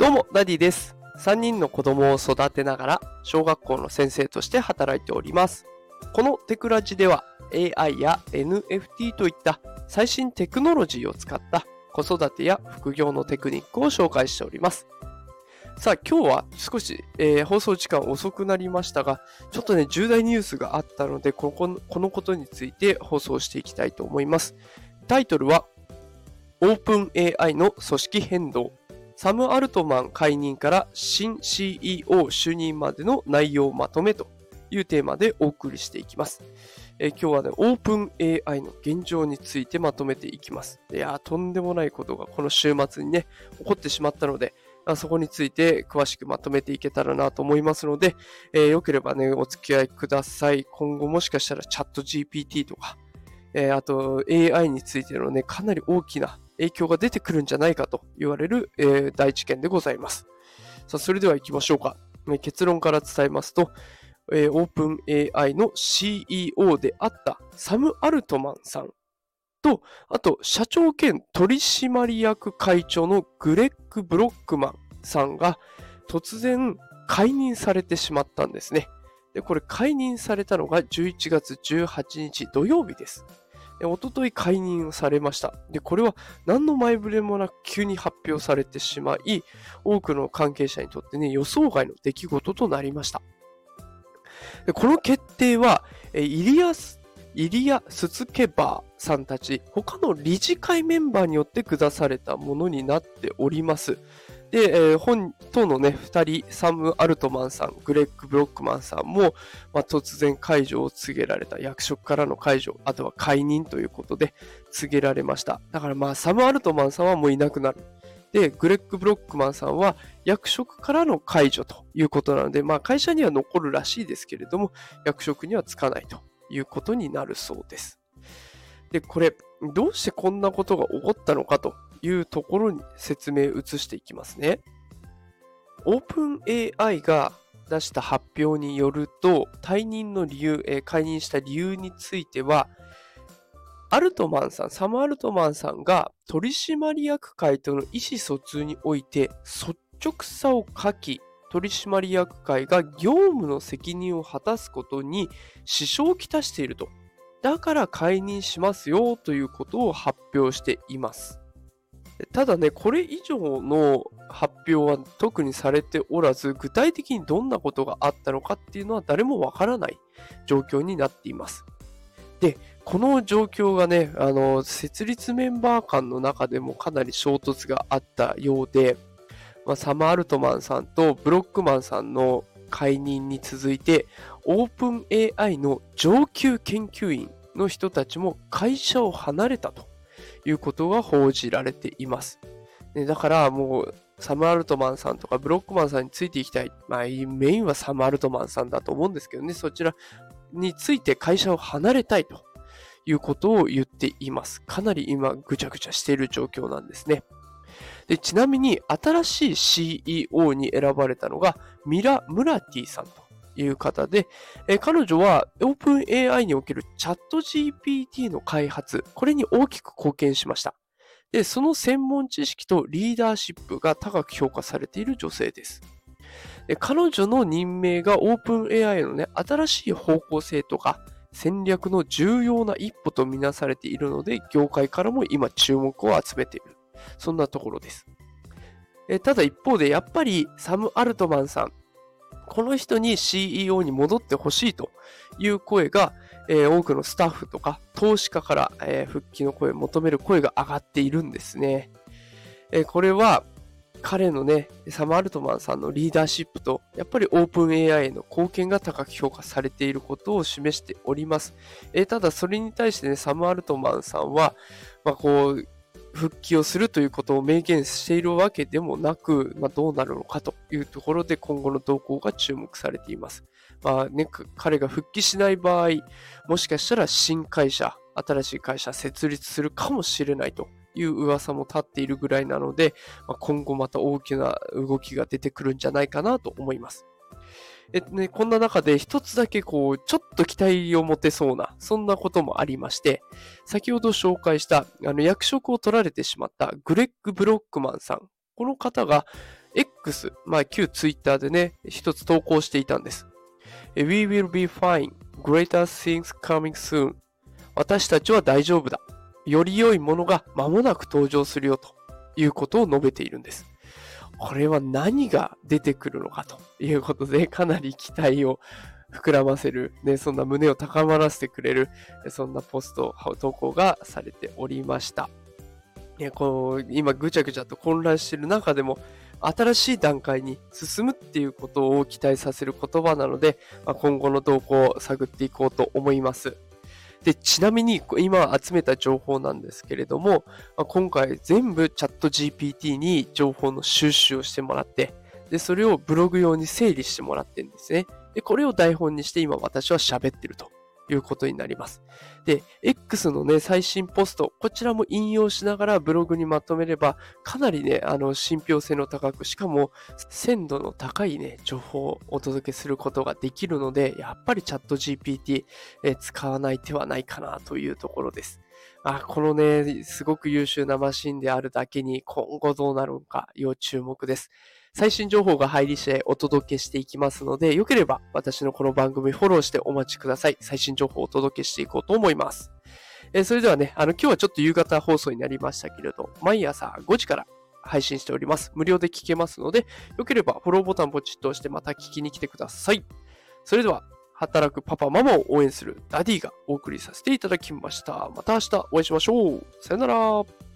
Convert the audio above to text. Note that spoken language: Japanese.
どうも、ダディです。3人の子供を育てながら、小学校の先生として働いております。このテクラジでは、AI や NFT といった最新テクノロジーを使った子育てや副業のテクニックを紹介しております。さあ、今日は少し、放送時間遅くなりましたが、ちょっとね、重大ニュースがあったので、このことについて放送していきたいと思います。タイトルは、オープン AI の組織変動。サム・アルトマン解任から新 CEO 就任までの内容をまとめというテーマでお送りしていきます。今日はね、オープン AI の現状についてまとめていきます。いやー、とんでもないことがこの週末にね、起こってしまったので、そこについて詳しくまとめていけたらなと思いますので、よければね、お付き合いください。今後もしかしたらチャット GPT とか、あと AI についてのね、かなり大きな影響が出てくるんじゃないかと言われる、大事件でございます。さあ、それでは行きましょうか。結論から伝えますと、オープン AI の CEO であったサム・アルトマンさんと、あと社長兼取締役会長のグレッグ・ブロックマンさんが突然解任されてしまったんですね。で、これ解任されたのが11月18日土曜日です。おととい解任されました。で、これは何の前触れもなく急に発表されてしまい、多くの関係者にとってね、予想外の出来事となりました。で、この決定は、イリア・スツケバーさんたち、他の理事会メンバーによって下されたものになっております。で、当のね、2人、サム・アルトマンさん、グレッグ・ブロックマンさんも、突然解除を告げられた。役職からの解除、あとは解任ということで告げられました。だからサム・アルトマンさんはもういなくなる。で、グレッグ・ブロックマンさんは役職からの解除ということなので、会社には残るらしいですけれども、役職にはつかないということになるそうです。で、これ、どうしてこんなことが起こったのかというところに説明を移していきますね。オープン AI が出した発表によると、退任の理由、解任した理由については、サム・アルトマンさんが取締役会との意思疎通において率直さを欠き、取締役会が業務の責任を果たすことに支障をきたしていると。だから解任しますよということを発表しています。ただね、これ以上の発表は特にされておらず、具体的にどんなことがあったのかっていうのは誰もわからない状況になっています。で、この状況がね、設立メンバー間の中でもかなり衝突があったようで、サム・アルトマンさんとブロックマンさんの解任に続いて、オープン AI の上級研究員の人たちも会社を離れたということが報じられています。だからもうサム・アルトマンさんとかブロックマンさんについていきたい。メインはサム・アルトマンさんだと思うんですけどね、そちらについて会社を離れたいということを言っています。かなり今ぐちゃぐちゃしている状況なんですね。で、ちなみに新しい CEO に選ばれたのがミラ・ムラティさんという方で、彼女は OpenAI におけるチャット GPT の開発、これに大きく貢献しました。で、その専門知識とリーダーシップが高く評価されている女性です。で、彼女の任命が OpenAI のね、新しい方向性とか戦略の重要な一歩とみなされているので、業界からも今注目を集めている。そんなところです。ただ一方でやっぱりサム・アルトマンさん、この人に CEO に戻ってほしいという声が、多くのスタッフとか投資家から、復帰の声を求める声が上がっているんですね。これは彼のね、サム・アルトマンさんのリーダーシップと、やっぱりオープン AI への貢献が高く評価されていることを示しております。ただそれに対してね、サム・アルトマンさんは、復帰をするということを明言しているわけでもなく、どうなるのかというところで今後の動向が注目されています。彼が復帰しない場合、もしかしたら新しい会社設立するかもしれないという噂も立っているぐらいなので、今後また大きな動きが出てくるんじゃないかなと思います。こんな中で一つだけちょっと期待を持てそうな、そんなこともありまして、先ほど紹介した役職を取られてしまったグレッグ・ブロックマンさん。この方が X、旧 Twitter でね、一つ投稿していたんです。We will be fine. Greater things coming soon. 私たちは大丈夫だ。より良いものが間もなく登場するよということを述べているんです。これは何が出てくるのかということで、かなり期待を膨らませる、ね、そんな胸を高まらせてくれる、そんなポスト、投稿がされておりました。今ぐちゃぐちゃと混乱している中でも、新しい段階に進むっていうことを期待させる言葉なので、今後の動向を探っていこうと思います。で、ちなみに今集めた情報なんですけれども、今回全部チャット GPT に情報の収集をしてもらって、で、それをブログ用に整理してもらってるんですね。で、これを台本にして今私は喋ってるということになります。で、X のね、最新ポスト、こちらも引用しながらブログにまとめれば、かなりね、信憑性の高く、しかも鮮度の高いね、情報をお届けすることができるので、やっぱりチャット GPT、使わない手はないかなというところです。このね、すごく優秀なマシンであるだけに今後どうなるのか要注目です。最新情報が入り次第お届けしていきますので、よければ私のこの番組フォローしてお待ちください。最新情報をお届けしていこうと思います。それではね、今日はちょっと夕方放送になりましたけれど、毎朝5時から配信しております。無料で聞けますので、よければフォローボタンポチッと押してまた聞きに来てください。それでは、働くパパママを応援するダディがお送りさせていただきました。また明日お会いしましょう。さよなら。